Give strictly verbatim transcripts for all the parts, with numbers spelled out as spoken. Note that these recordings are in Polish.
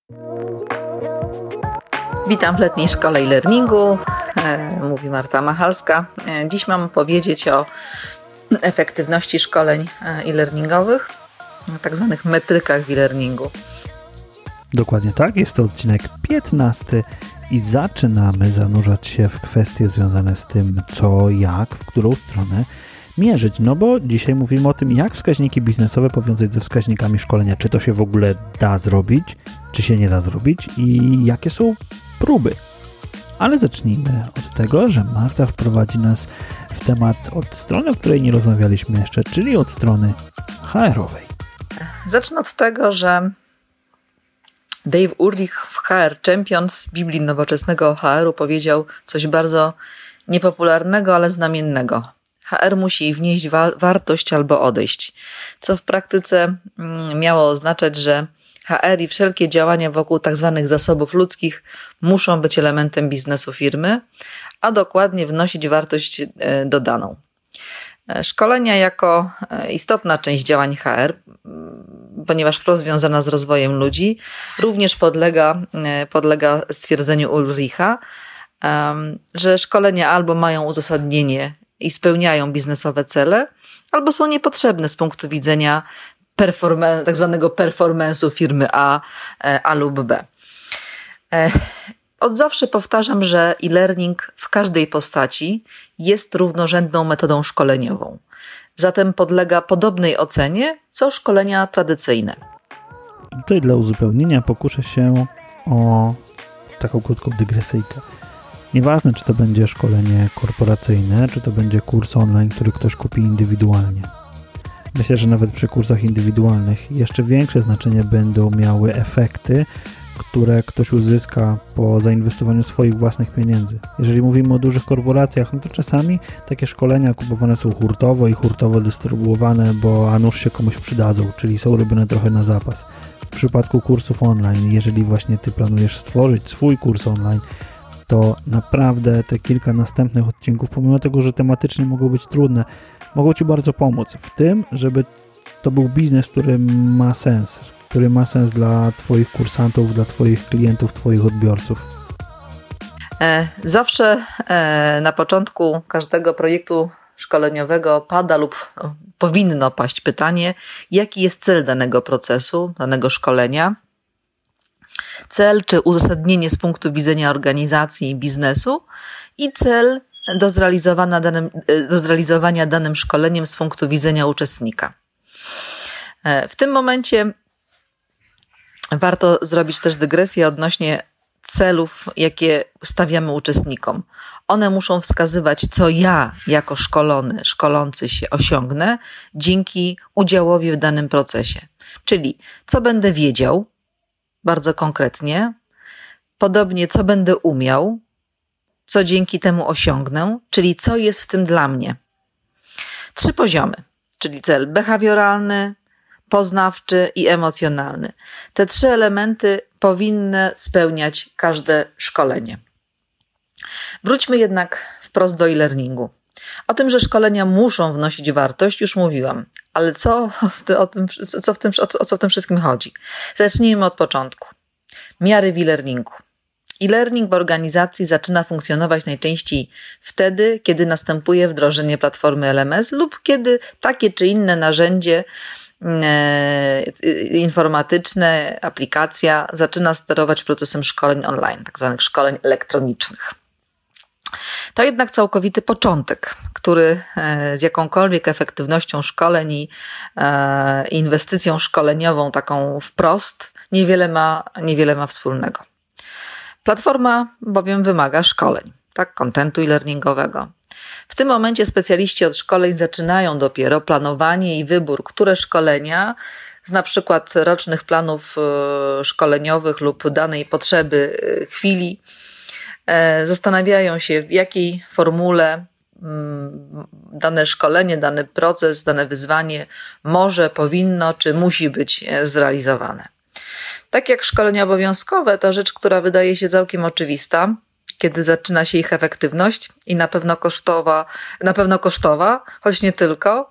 Witam w letniej szkole e-learningu, mówi Marta Machalska. Dziś mam powiedzieć o efektywności szkoleń e-learningowych, tak zwanych metrykach w e-learningu. Dokładnie tak, jest to odcinek piętnasty i zaczynamy zanurzać się w kwestie związane z tym, co, jak, w którą stronę mierzyć. No bo dzisiaj mówimy o tym, jak wskaźniki biznesowe powiązać ze wskaźnikami szkolenia. Czy to się w ogóle da zrobić, czy się nie da zrobić i jakie są próby. Ale zacznijmy od tego, że Marta wprowadzi nas w temat od strony, o której nie rozmawialiśmy jeszcze, czyli od strony H R-owej. Zacznę od tego, że Dave Ulrich w H R Champions z Biblii nowoczesnego H R-u powiedział coś bardzo niepopularnego, ale znamiennego. H R musi wnieść wa- wartość albo odejść, co w praktyce miało oznaczać, że H R i wszelkie działania wokół tzw. zasobów ludzkich muszą być elementem biznesu firmy, a dokładnie wnosić wartość dodaną. Szkolenia jako istotna część działań H R, ponieważ wprost związana z rozwojem ludzi, również podlega, podlega stwierdzeniu Ulricha, że szkolenia albo mają uzasadnienie i spełniają biznesowe cele, albo są niepotrzebne z punktu widzenia perform- tak zwanego performance'u firmy A, A lub B. Od zawsze powtarzam, że e-learning w każdej postaci jest równorzędną metodą szkoleniową. Zatem podlega podobnej ocenie, co szkolenia tradycyjne. Tutaj dla uzupełnienia pokuszę się o taką krótką dygresyjkę. Nieważne, czy to będzie szkolenie korporacyjne, czy to będzie kurs online, który ktoś kupi indywidualnie. Myślę, że nawet przy kursach indywidualnych jeszcze większe znaczenie będą miały efekty, które ktoś uzyska po zainwestowaniu swoich własnych pieniędzy. Jeżeli mówimy o dużych korporacjach, no to czasami takie szkolenia kupowane są hurtowo i hurtowo dystrybuowane, bo a nuż się komuś przydadzą, czyli są robione trochę na zapas. W przypadku kursów online, jeżeli właśnie Ty planujesz stworzyć swój kurs online, to naprawdę te kilka następnych odcinków, pomimo tego, że tematycznie mogą być trudne, mogą Ci bardzo pomóc w tym, żeby to był biznes, który ma sens, który ma sens dla Twoich kursantów, dla Twoich klientów, Twoich odbiorców. Zawsze na początku każdego projektu szkoleniowego pada lub powinno paść pytanie, jaki jest cel danego procesu, danego szkolenia. Cel czy uzasadnienie z punktu widzenia organizacji i biznesu i cel do zrealizowania danym, do zrealizowania danym szkoleniem z punktu widzenia uczestnika. W tym momencie warto zrobić też dygresję odnośnie celów, jakie stawiamy uczestnikom. One muszą wskazywać, co ja jako szkolony, szkolący się osiągnę dzięki udziałowi w danym procesie. Czyli co będę wiedział, bardzo konkretnie, podobnie co będę umiał, co dzięki temu osiągnę, czyli co jest w tym dla mnie. Trzy poziomy, czyli cel behawioralny, poznawczy i emocjonalny. Te trzy elementy powinny spełniać każde szkolenie. Wróćmy jednak wprost do e-learningu. O tym, że szkolenia muszą wnosić wartość, już mówiłam, ale co w, ty, o, tym, co w tym, o, o co w tym wszystkim chodzi? Zacznijmy od początku. Miary w e-learningu. E-learning w organizacji zaczyna funkcjonować najczęściej wtedy, kiedy następuje wdrożenie platformy L M S lub kiedy takie czy inne narzędzie e, informatyczne, aplikacja zaczyna sterować procesem szkoleń online, tak zwanych szkoleń elektronicznych. To jednak całkowity początek, który z jakąkolwiek efektywnością szkoleń i e, inwestycją szkoleniową taką wprost niewiele ma, niewiele ma wspólnego. Platforma bowiem wymaga szkoleń, tak, kontentu e-learningowego. W tym momencie specjaliści od szkoleń zaczynają dopiero planowanie i wybór, które szkolenia z na przykład rocznych planów szkoleniowych lub danej potrzeby chwili zastanawiają się, w jakiej formule dane szkolenie, dany proces, dane wyzwanie może, powinno czy musi być zrealizowane. Tak jak szkolenia obowiązkowe to rzecz, która wydaje się całkiem oczywista, kiedy zaczyna się ich efektywność i na pewno kosztowa, na pewno kosztowa, choć nie tylko.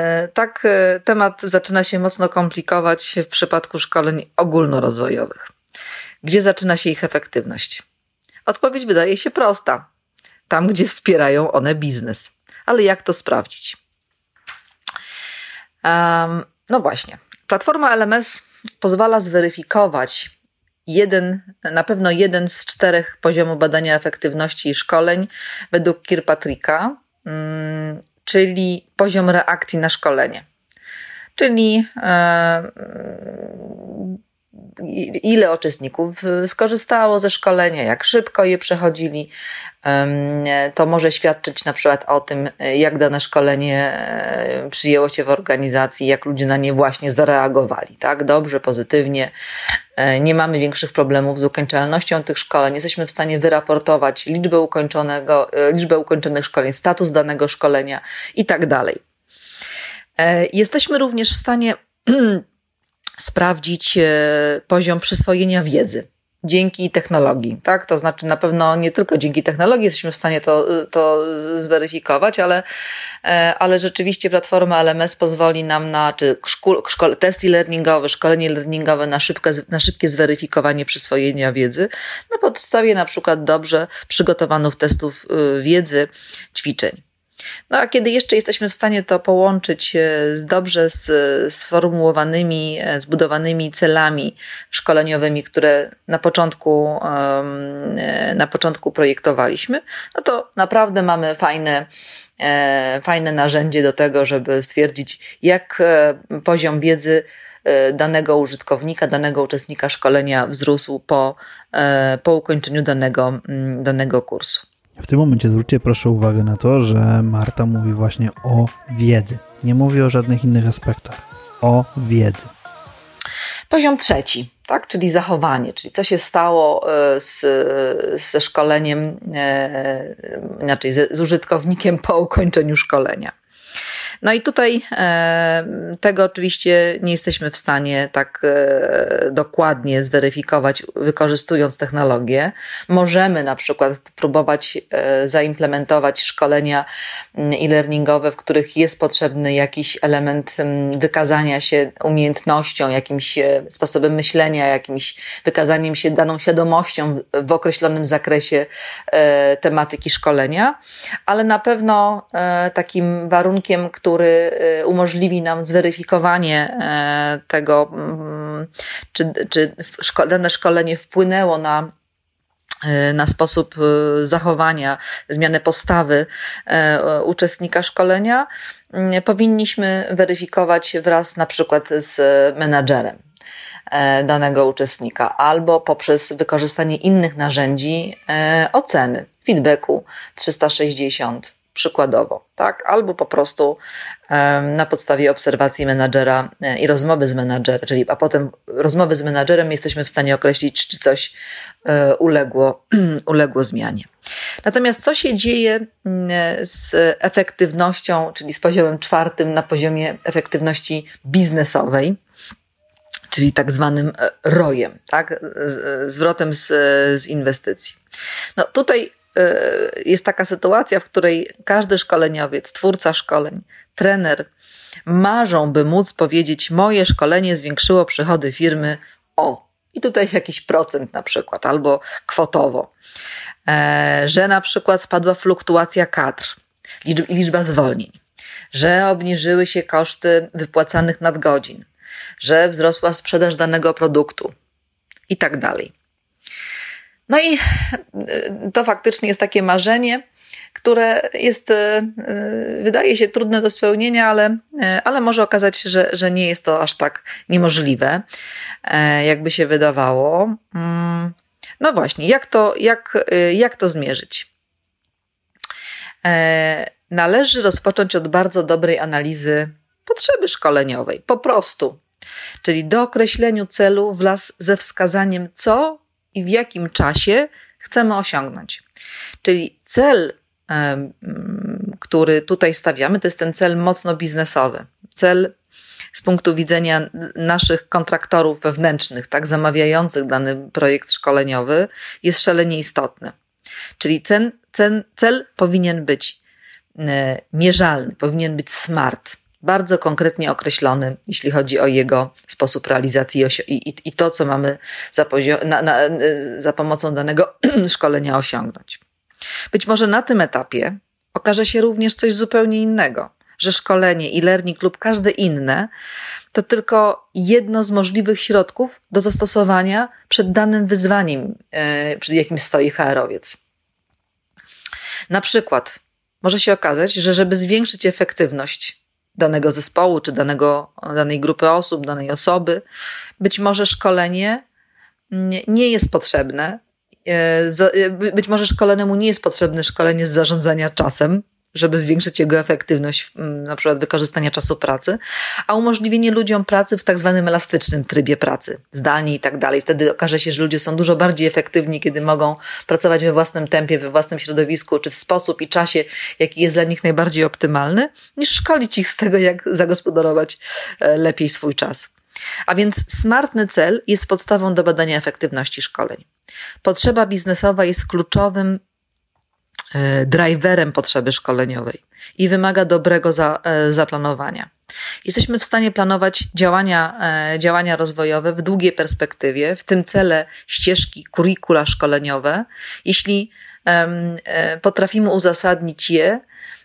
Tak temat zaczyna się mocno komplikować w przypadku szkoleń ogólnorozwojowych. Gdzie zaczyna się ich efektywność? Odpowiedź wydaje się prosta. Tam, gdzie wspierają one biznes. Ale jak to sprawdzić? Um, no właśnie. Platforma L M S pozwala zweryfikować jeden, na pewno jeden z czterech poziomu badania efektywności szkoleń według Kirkpatricka, um, czyli poziom reakcji na szkolenie. Czyli e, ile uczestników skorzystało ze szkolenia, jak szybko je przechodzili. To może świadczyć na przykład o tym, jak dane szkolenie przyjęło się w organizacji, jak ludzie na nie właśnie zareagowali, tak? Dobrze, pozytywnie. Nie mamy większych problemów z ukończalnością tych szkoleń. Jesteśmy w stanie wyraportować liczbę ukończonego, liczbę ukończonych szkoleń, status danego szkolenia i tak dalej. Jesteśmy również w stanie sprawdzić poziom przyswojenia wiedzy dzięki technologii, tak? To znaczy na pewno nie tylko dzięki technologii jesteśmy w stanie to, to zweryfikować, ale, ale rzeczywiście platforma L M S pozwoli nam na, czy szkół, szkole, test e-learningowy, szkolenie learningowe na, szybkie, na szybkie zweryfikowanie przyswojenia wiedzy na podstawie na przykład dobrze przygotowanych testów wiedzy, ćwiczeń. No a kiedy jeszcze jesteśmy w stanie to połączyć z dobrze sformułowanymi, zbudowanymi celami szkoleniowymi, które na początku, na początku projektowaliśmy, no to naprawdę mamy fajne, fajne narzędzie do tego, żeby stwierdzić, jak poziom wiedzy danego użytkownika, danego uczestnika szkolenia wzrósł po, po ukończeniu danego, danego kursu. W tym momencie zwróćcie proszę uwagę na to, że Marta mówi właśnie o wiedzy. Nie mówi o żadnych innych aspektach. O wiedzy. Poziom trzeci, tak, czyli zachowanie, czyli co się stało z, ze szkoleniem, inaczej z, z użytkownikiem po ukończeniu szkolenia. No i tutaj e, tego oczywiście nie jesteśmy w stanie tak e, dokładnie zweryfikować, wykorzystując technologię. Możemy na przykład próbować e, zaimplementować szkolenia e-learningowe, w których jest potrzebny jakiś element m, wykazania się umiejętnością, jakimś sposobem myślenia, jakimś wykazaniem się daną świadomością w określonym zakresie e, tematyki szkolenia, ale na pewno e, takim warunkiem, który umożliwi nam zweryfikowanie tego, czy, czy dane szkolenie wpłynęło na, na sposób zachowania, zmianę postawy uczestnika szkolenia, powinniśmy weryfikować wraz na przykład z menadżerem danego uczestnika albo poprzez wykorzystanie innych narzędzi oceny, feedbacku trzysta sześćdziesiąt. Przykładowo, tak? Albo po prostu um, na podstawie obserwacji menadżera i rozmowy z menadżerem, czyli a potem rozmowy z menadżerem jesteśmy w stanie określić, czy coś um, uległo, uległo zmianie. Natomiast co się dzieje z efektywnością, czyli z poziomem czwartym na poziomie efektywności biznesowej, czyli tak zwanym rojem, tak? Zwrotem z, z inwestycji. No tutaj jest taka sytuacja, w której każdy szkoleniowiec, twórca szkoleń, trener marzą, by móc powiedzieć: moje szkolenie zwiększyło przychody firmy o, i tutaj jakiś procent na przykład, albo kwotowo, że na przykład spadła fluktuacja kadr, liczba zwolnień, że obniżyły się koszty wypłacanych nadgodzin, że wzrosła sprzedaż danego produktu i tak dalej. No i to faktycznie jest takie marzenie, które jest, wydaje się trudne do spełnienia, ale, ale może okazać się, że, że nie jest to aż tak niemożliwe, jakby się wydawało. No właśnie, jak to, jak, jak to zmierzyć? Należy rozpocząć od bardzo dobrej analizy potrzeby szkoleniowej, po prostu. Czyli dookreśleniu celu wraz ze wskazaniem, co i w jakim czasie chcemy osiągnąć. Czyli cel, który tutaj stawiamy, to jest ten cel mocno biznesowy. Cel z punktu widzenia naszych kontraktorów wewnętrznych, tak, zamawiających dany projekt szkoleniowy, jest szalenie istotny. Czyli cel, cel, cel powinien być mierzalny, powinien być smart. bardzo konkretnie określony, jeśli chodzi o jego sposób realizacji i, i, i to, co mamy za, pozio- na, na, za pomocą danego szkolenia osiągnąć. Być może na tym etapie okaże się również coś zupełnie innego, że szkolenie, e-learning lub każde inne to tylko jedno z możliwych środków do zastosowania przed danym wyzwaniem, przed jakim stoi H R-owiec. Na przykład może się okazać, że żeby zwiększyć efektywność danego zespołu, czy danego, danej grupy osób, danej osoby, być może szkolenie nie jest potrzebne. Być może szkolonemu nie jest potrzebne szkolenie z zarządzania czasem, żeby zwiększyć jego efektywność, na przykład wykorzystania czasu pracy, a umożliwienie ludziom pracy w tak zwanym elastycznym trybie pracy, zdalnie i tak dalej. Wtedy okaże się, że ludzie są dużo bardziej efektywni, kiedy mogą pracować we własnym tempie, we własnym środowisku, czy w sposób i czasie, jaki jest dla nich najbardziej optymalny, niż szkolić ich z tego, jak zagospodarować lepiej swój czas. A więc smartny cel jest podstawą do badania efektywności szkoleń. Potrzeba biznesowa jest kluczowym driverem potrzeby szkoleniowej i wymaga dobrego za, zaplanowania. Jesteśmy w stanie planować działania, działania rozwojowe w długiej perspektywie, w tym cele, ścieżki, kurrikula szkoleniowe, jeśli um, potrafimy uzasadnić je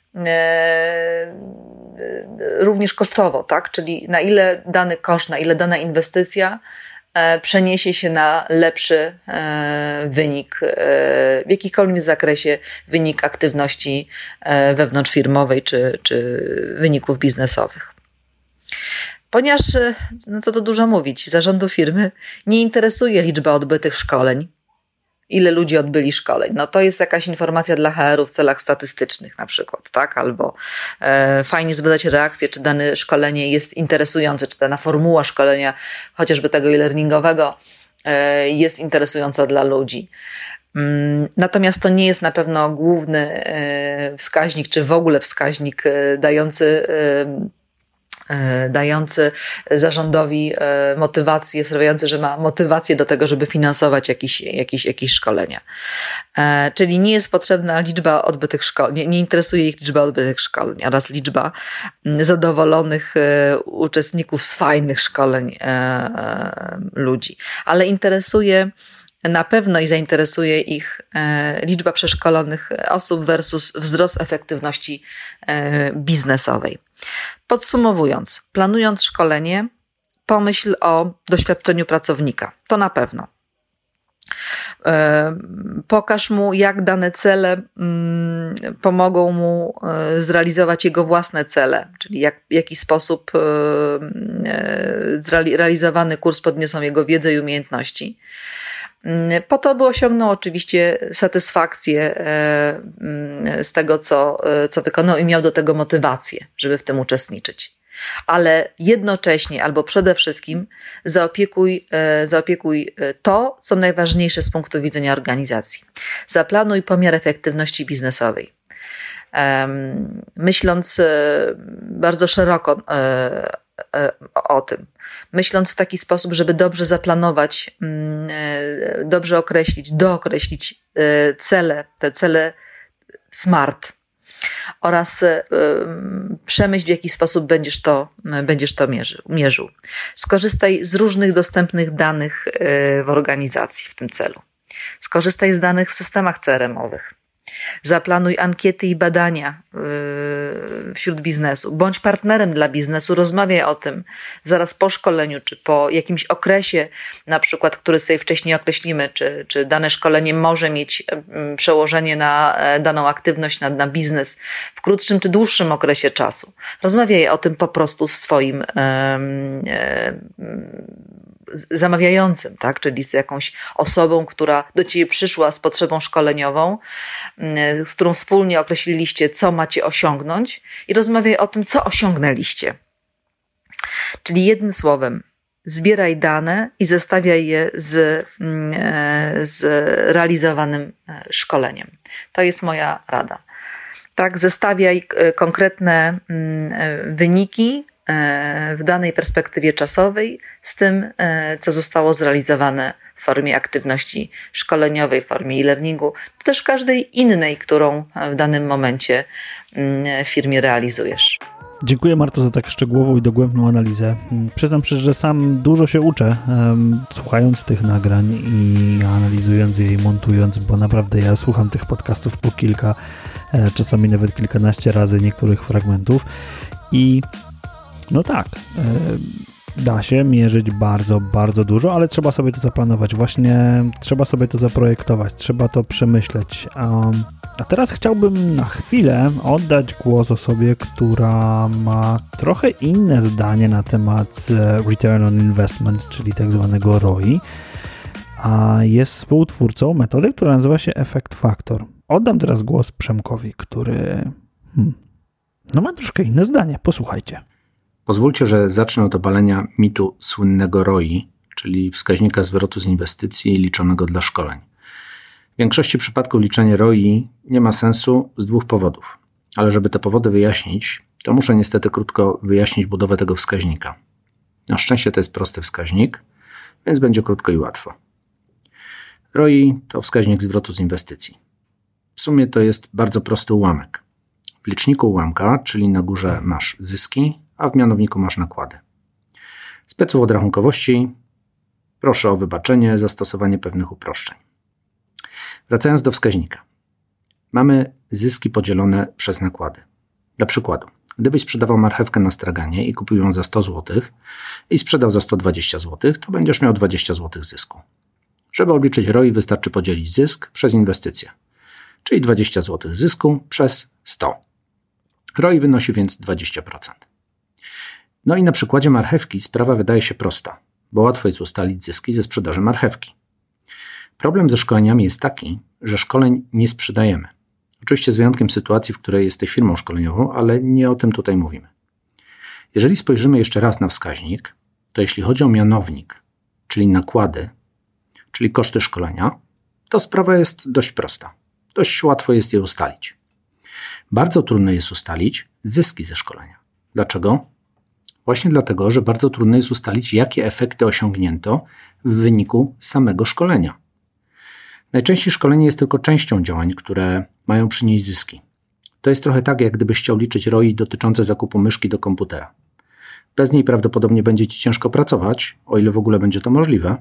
również kosztowo, tak? Czyli na ile dany koszt, na ile dana inwestycja przeniesie się na lepszy wynik w jakimkolwiek zakresie, wynik aktywności wewnątrzfirmowej czy, czy wyników biznesowych. Ponieważ, no co tu dużo mówić, zarządu firmy nie interesuje liczba odbytych szkoleń, ile ludzi odbyli szkoleń. No to jest jakaś informacja dla H R-u w celach statystycznych na przykład, tak? Albo e, fajnie zbadać reakcję, czy dane szkolenie jest interesujące, czy dana formuła szkolenia, chociażby tego e-learningowego, e, jest interesująca dla ludzi. Mm, natomiast to nie jest na pewno główny e, wskaźnik, czy w ogóle wskaźnik e, dający e, dający zarządowi motywację, sprawiający, że ma motywację do tego, żeby finansować jakieś, jakieś, jakieś szkolenia. Czyli nie jest potrzebna liczba odbytych szkoleń, nie, nie interesuje ich liczba odbytych szkoleń oraz liczba zadowolonych uczestników z fajnych szkoleń ludzi, ale interesuje na pewno i zainteresuje ich liczba przeszkolonych osób versus wzrost efektywności biznesowej. Podsumowując, planując szkolenie, pomyśl o doświadczeniu pracownika. To na pewno. Pokaż mu, jak dane cele pomogą mu zrealizować jego własne cele, czyli jak, w jaki sposób zrealizowany kurs podniosą jego wiedzę i umiejętności. Po to, by osiągnął oczywiście satysfakcję z tego, co, co wykonał i miał do tego motywację, żeby w tym uczestniczyć. Ale jednocześnie albo przede wszystkim zaopiekuj, zaopiekuj to, co najważniejsze z punktu widzenia organizacji. Zaplanuj pomiar efektywności biznesowej. Myśląc bardzo szeroko o tym. Myśląc w taki sposób, żeby dobrze zaplanować, dobrze określić, dookreślić cele, te cele SMART oraz przemyśl, w jaki sposób będziesz to, będziesz to mierzył. Skorzystaj z różnych dostępnych danych w organizacji w tym celu. Skorzystaj z danych w systemach C R M-owych. Zaplanuj ankiety i badania wśród biznesu. Bądź partnerem dla biznesu, rozmawiaj o tym zaraz po szkoleniu, czy po jakimś okresie, na przykład, który sobie wcześniej określimy, czy, czy dane szkolenie może mieć przełożenie na daną aktywność, na, na biznes w krótszym czy dłuższym okresie czasu. Rozmawiaj o tym po prostu z swoim um, um, zamawiającym, tak? Czyli z jakąś osobą, która do ciebie przyszła z potrzebą szkoleniową, z którą wspólnie określiliście, co macie osiągnąć i rozmawiaj o tym, co osiągnęliście. Czyli jednym słowem, zbieraj dane i zestawiaj je z, z realizowanym szkoleniem. To jest moja rada. Tak, zestawiaj konkretne wyniki w danej perspektywie czasowej z tym, co zostało zrealizowane w formie aktywności szkoleniowej, w formie e-learningu, czy też każdej innej, którą w danym momencie w firmie realizujesz. Dziękuję, Marto, za tak szczegółową i dogłębną analizę. Przyznam szczerze, że sam dużo się uczę, um, słuchając tych nagrań i analizując je i montując, bo naprawdę ja słucham tych podcastów po kilka, e, czasami nawet kilkanaście razy niektórych fragmentów i no tak, e, da się mierzyć bardzo, bardzo dużo, ale trzeba sobie to zaplanować. Właśnie trzeba sobie to zaprojektować, trzeba to przemyśleć. Um, a teraz chciałbym na chwilę oddać głos osobie, która ma trochę inne zdanie na temat Return on Investment, czyli tak zwanego R O I, a jest współtwórcą metody, która nazywa się Effect Factor. Oddam teraz głos Przemkowi, który hmm, no ma troszkę inne zdanie. Posłuchajcie. Pozwólcie, że zacznę od obalenia mitu słynnego R O I, czyli wskaźnika zwrotu z inwestycji liczonego dla szkoleń. W większości przypadków liczenie R O I nie ma sensu z dwóch powodów, ale żeby te powody wyjaśnić, to muszę niestety krótko wyjaśnić budowę tego wskaźnika. Na szczęście to jest prosty wskaźnik, więc będzie krótko i łatwo. R O I to wskaźnik zwrotu z inwestycji. W sumie to jest bardzo prosty ułamek. W liczniku ułamka, czyli na górze masz zyski, a w mianowniku masz nakłady. Speców od rachunkowości proszę o wybaczenie, zastosowanie pewnych uproszczeń. Wracając do wskaźnika. Mamy zyski podzielone przez nakłady. Dla przykładu, gdybyś sprzedawał marchewkę na straganie i kupił ją za sto złotych i sprzedał za sto dwadzieścia złotych, to będziesz miał dwadzieścia złotych zysku. Żeby obliczyć R O I, wystarczy podzielić zysk przez inwestycję, czyli dwadzieścia złotych zysku przez sto. R O I wynosi więc dwadzieścia procent. No i na przykładzie marchewki sprawa wydaje się prosta, bo łatwo jest ustalić zyski ze sprzedaży marchewki. Problem ze szkoleniami jest taki, że szkoleń nie sprzedajemy. Oczywiście z wyjątkiem sytuacji, w której jesteś firmą szkoleniową, ale nie o tym tutaj mówimy. Jeżeli spojrzymy jeszcze raz na wskaźnik, to jeśli chodzi o mianownik, czyli nakłady, czyli koszty szkolenia, to sprawa jest dość prosta. Dość łatwo jest je ustalić. Bardzo trudno jest ustalić zyski ze szkolenia. Dlaczego? Właśnie dlatego, że bardzo trudno jest ustalić, jakie efekty osiągnięto w wyniku samego szkolenia. Najczęściej szkolenie jest tylko częścią działań, które mają przynieść zyski. To jest trochę tak, jak gdybyś chciał liczyć R O I dotyczące zakupu myszki do komputera. Bez niej prawdopodobnie będzie ci ciężko pracować, o ile w ogóle będzie to możliwe,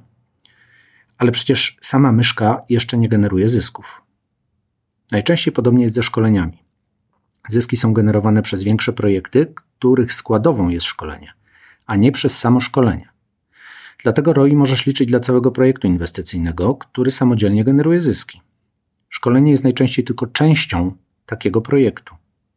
ale przecież sama myszka jeszcze nie generuje zysków. Najczęściej podobnie jest ze szkoleniami. Zyski są generowane przez większe projekty, których składową jest szkolenie, a nie przez samo szkolenie. Dlatego R O I możesz liczyć dla całego projektu inwestycyjnego, który samodzielnie generuje zyski. Szkolenie jest najczęściej tylko częścią takiego projektu.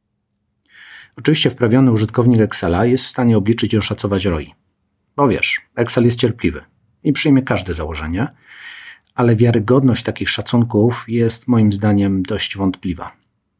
Oczywiście wprawiony użytkownik Excela jest w stanie obliczyć i oszacować R O I. Bo wiesz, Excel jest cierpliwy i przyjmie każde założenie, ale wiarygodność takich szacunków jest moim zdaniem dość wątpliwa.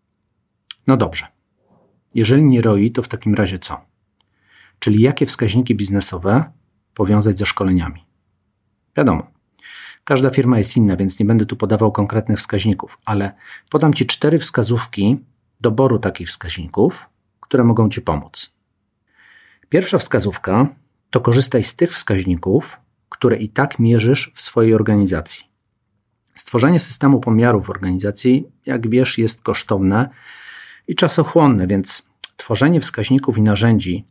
No dobrze. Jeżeli nie R O I, to w takim razie co? Czyli jakie wskaźniki biznesowe powiązać ze szkoleniami? Wiadomo, każda firma jest inna, więc nie będę tu podawał konkretnych wskaźników, ale podam Ci cztery wskazówki doboru takich wskaźników, które mogą Ci pomóc. Pierwsza wskazówka to korzystaj z tych wskaźników, które i tak mierzysz w swojej organizacji. Stworzenie systemu pomiarów w organizacji, jak wiesz, jest kosztowne i czasochłonne, więc tworzenie wskaźników i narzędzi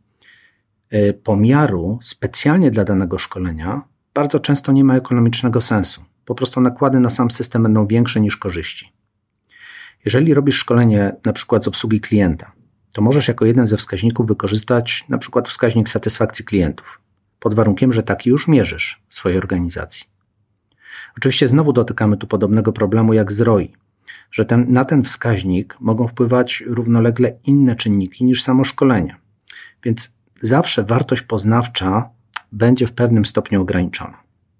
pomiaru specjalnie dla danego szkolenia bardzo często nie ma ekonomicznego sensu. Po prostu nakłady na sam system będą większe niż korzyści. Jeżeli robisz szkolenie na przykład z obsługi klienta, to możesz jako jeden ze wskaźników wykorzystać na przykład wskaźnik satysfakcji klientów, pod warunkiem, że taki już mierzysz w swojej organizacji. Oczywiście znowu dotykamy tu podobnego problemu jak z R O I, że ten, na ten wskaźnik mogą wpływać równolegle inne czynniki niż samo szkolenie. Więc zawsze wartość poznawcza będzie w pewnym stopniu ograniczona.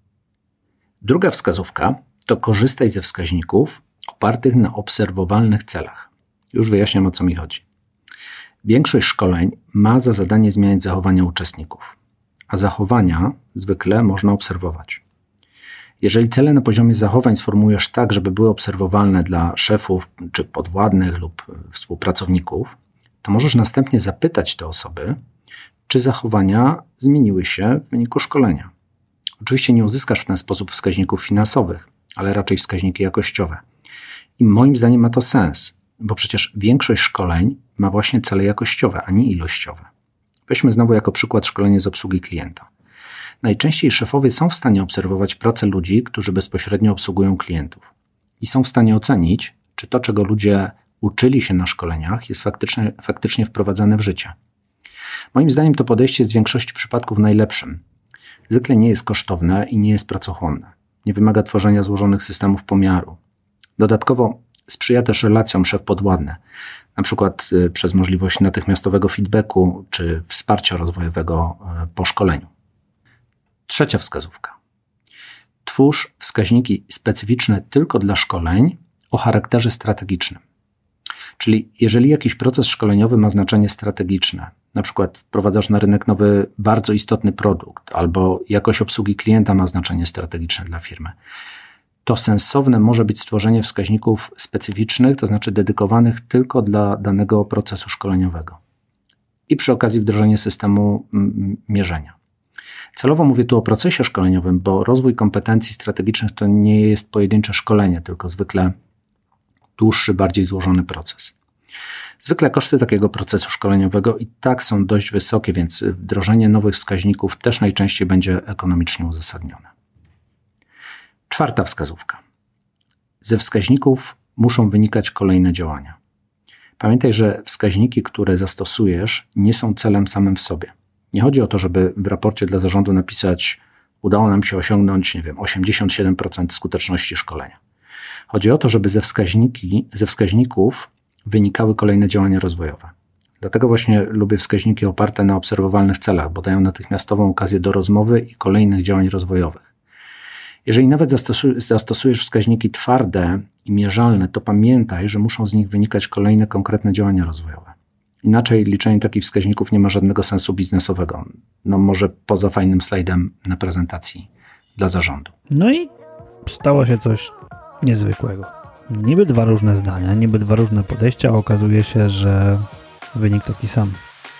Druga wskazówka to korzystaj ze wskaźników opartych na obserwowalnych celach. Już wyjaśniam, o co mi chodzi. Większość szkoleń ma za zadanie zmieniać zachowania uczestników, a zachowania zwykle można obserwować. Jeżeli cele na poziomie zachowań sformułujesz tak, żeby były obserwowalne dla szefów czy podwładnych lub współpracowników, to możesz następnie zapytać te osoby, czy zachowania zmieniły się w wyniku szkolenia. Oczywiście nie uzyskasz w ten sposób wskaźników finansowych, ale raczej wskaźniki jakościowe. I moim zdaniem ma to sens. bo przecież większość szkoleń ma właśnie cele jakościowe, a nie ilościowe. Weźmy znowu jako przykład szkolenie z obsługi klienta. Najczęściej szefowie są w stanie obserwować pracę ludzi, którzy bezpośrednio obsługują klientów i są w stanie ocenić, czy to, czego ludzie uczyli się na szkoleniach, jest faktycznie, faktycznie wprowadzane w życie. Moim zdaniem to podejście jest w większości przypadków najlepszym. Zwykle nie jest kosztowne i nie jest pracochłonne. Nie wymaga tworzenia złożonych systemów pomiaru. Dodatkowo sprzyja też relacjom szef-podwładny, na przykład przez możliwość natychmiastowego feedbacku czy wsparcia rozwojowego po szkoleniu. Trzecia wskazówka. Twórz wskaźniki specyficzne tylko dla szkoleń o charakterze strategicznym. Czyli jeżeli jakiś proces szkoleniowy ma znaczenie strategiczne, na przykład wprowadzasz na rynek nowy, bardzo istotny produkt, albo jakość obsługi klienta ma znaczenie strategiczne dla firmy, to sensowne może być stworzenie wskaźników specyficznych, to znaczy dedykowanych tylko dla danego procesu szkoleniowego. I przy okazji wdrożenie systemu m- mierzenia. Celowo mówię tu o procesie szkoleniowym, bo rozwój kompetencji strategicznych to nie jest pojedyncze szkolenie, tylko zwykle dłuższy, bardziej złożony proces. Zwykle koszty takiego procesu szkoleniowego i tak są dość wysokie, więc wdrożenie nowych wskaźników też najczęściej będzie ekonomicznie uzasadnione. Czwarta wskazówka. Ze wskaźników muszą wynikać kolejne działania. Pamiętaj, że wskaźniki, które zastosujesz, nie są celem samym w sobie. Nie chodzi o to, żeby w raporcie dla zarządu napisać: udało nam się osiągnąć, nie wiem, osiemdziesiąt siedem procent skuteczności szkolenia. Chodzi o to, żeby ze, wskaźniki, ze wskaźników wynikały kolejne działania rozwojowe. Dlatego właśnie lubię wskaźniki oparte na obserwowalnych celach, bo dają natychmiastową okazję do rozmowy i kolejnych działań rozwojowych. Jeżeli nawet zastosujesz wskaźniki twarde i mierzalne, to pamiętaj, że muszą z nich wynikać kolejne konkretne działania rozwojowe. Inaczej liczenie takich wskaźników nie ma żadnego sensu biznesowego. No może poza fajnym slajdem na prezentacji dla zarządu. No i stało się coś niezwykłego. Niby dwa różne zdania, niby dwa różne podejścia, a okazuje się, że wynik taki sam.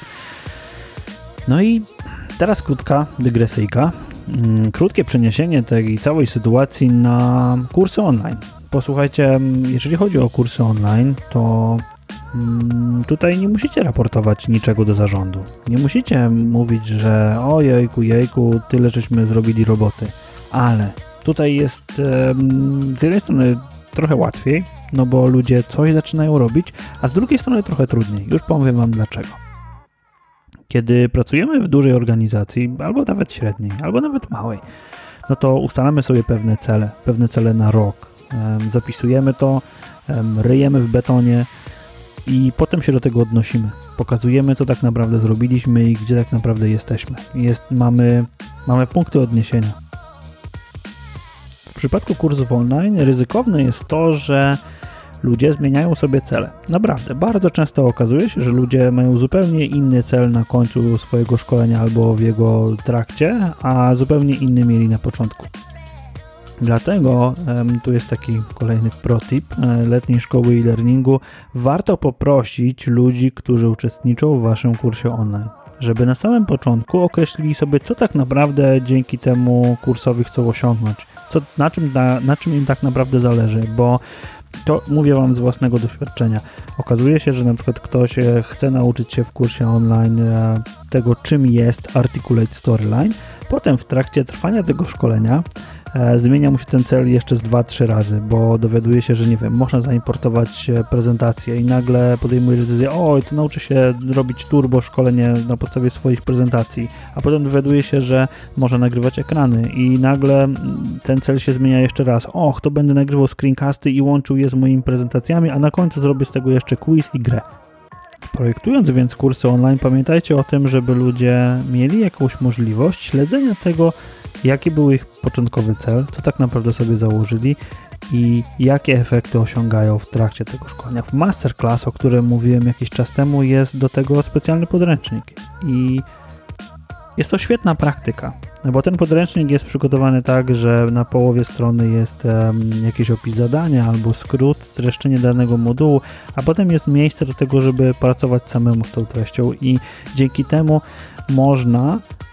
No i teraz krótka dygresyjka. Krótkie przeniesienie tej całej sytuacji na kursy online. Posłuchajcie, jeżeli chodzi o kursy online, to tutaj nie musicie raportować niczego do zarządu. Nie musicie mówić, że o jejku, jejku, tyle żeśmy zrobili roboty. Ale tutaj jest z jednej strony trochę łatwiej, no bo ludzie coś zaczynają robić, a z drugiej strony trochę trudniej. Już powiem wam dlaczego. Kiedy pracujemy w dużej organizacji, albo nawet średniej, albo nawet małej, no to ustalamy sobie pewne cele, pewne cele na rok. Zapisujemy to, ryjemy w betonie i potem się do tego odnosimy. Pokazujemy, co tak naprawdę zrobiliśmy i gdzie tak naprawdę jesteśmy. Jest, mamy, mamy punkty odniesienia. W przypadku kursów online ryzykowne jest to, że ludzie zmieniają sobie cele. Naprawdę, bardzo często okazuje się, że ludzie mają zupełnie inny cel na końcu swojego szkolenia albo w jego trakcie, a zupełnie inny mieli na początku. Dlatego tu jest taki kolejny protip letniej szkoły e-learningu. Warto poprosić ludzi, którzy uczestniczą w waszym kursie online, żeby na samym początku określili sobie, co tak naprawdę dzięki temu kursowi chcą osiągnąć, co, na, czym, na, na czym im tak naprawdę zależy, bo to mówię wam z własnego doświadczenia. Okazuje się, że na przykład ktoś chce nauczyć się w kursie online tego, czym jest Articulate Storyline. Potem w trakcie trwania tego szkolenia e, zmienia mu się ten cel jeszcze z dwa trzy razy, bo dowiaduje się, że nie wiem, można zaimportować prezentację i nagle podejmuje decyzję, o, to nauczy się robić turbo szkolenie na podstawie swoich prezentacji, a potem dowiaduje się, że może nagrywać ekrany i nagle ten cel się zmienia jeszcze raz. Och, to będę nagrywał screencasty i łączył je z moimi prezentacjami, a na końcu zrobię z tego jeszcze quiz i grę. Projektując więc kursy online, pamiętajcie o tym, żeby ludzie mieli jakąś możliwość śledzenia tego, jaki był ich początkowy cel, co tak naprawdę sobie założyli i jakie efekty osiągają w trakcie tego szkolenia. W Masterclass, o którym mówiłem jakiś czas temu, jest do tego specjalny podręcznik i jest to świetna praktyka, bo ten podręcznik jest przygotowany tak, że na połowie strony jest um, jakiś opis zadania albo skrót, streszczenie danego modułu, a potem jest miejsce do tego, żeby pracować samemu z tą treścią i dzięki temu można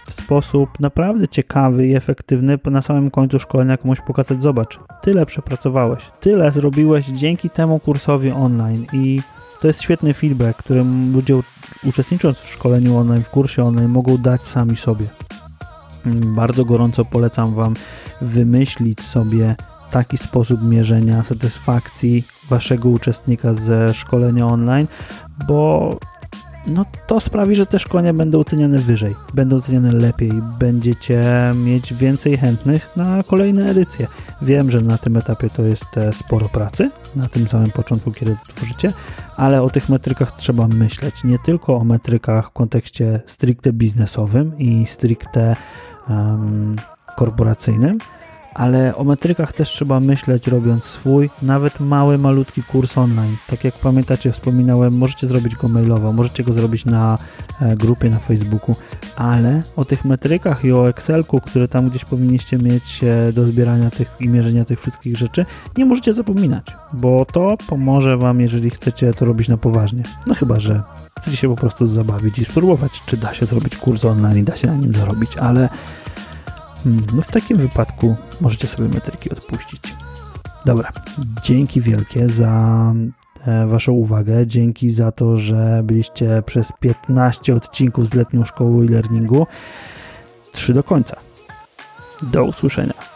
w sposób naprawdę ciekawy i efektywny na samym końcu szkolenia komuś pokazać, zobacz, tyle przepracowałeś, tyle zrobiłeś dzięki temu kursowi online i to jest świetny feedback, który ludzie uczestnicząc w szkoleniu online, w kursie online mogą dać sami sobie. Bardzo gorąco polecam Wam wymyślić sobie taki sposób mierzenia satysfakcji Waszego uczestnika ze szkolenia online, bo no to sprawi, że te szkolenia będą oceniane wyżej, będą oceniane lepiej, będziecie mieć więcej chętnych na kolejne edycje. Wiem, że na tym etapie to jest sporo pracy, na tym samym początku, kiedy to tworzycie, ale o tych metrykach trzeba myśleć. Nie tylko o metrykach w kontekście stricte biznesowym i stricte um, korporacyjnym, ale o metrykach też trzeba myśleć, robiąc swój, nawet mały, malutki kurs online. Tak jak pamiętacie, wspominałem, możecie zrobić go mailowo, możecie go zrobić na e, grupie na Facebooku, ale o tych metrykach i o Excelku, które tam gdzieś powinniście mieć e, do zbierania tych i mierzenia tych wszystkich rzeczy, nie możecie zapominać, bo to pomoże Wam, jeżeli chcecie to robić na poważnie. No chyba, że chcecie się po prostu zabawić i spróbować, czy da się zrobić kurs online i da się na nim zarobić, ale no w takim wypadku możecie sobie metryki odpuścić. Dobra, dzięki wielkie za e, Waszą uwagę, dzięki za to, że byliście przez piętnaście odcinków z Letnią Szkołą e-learningu. Trzy do końca. Do usłyszenia.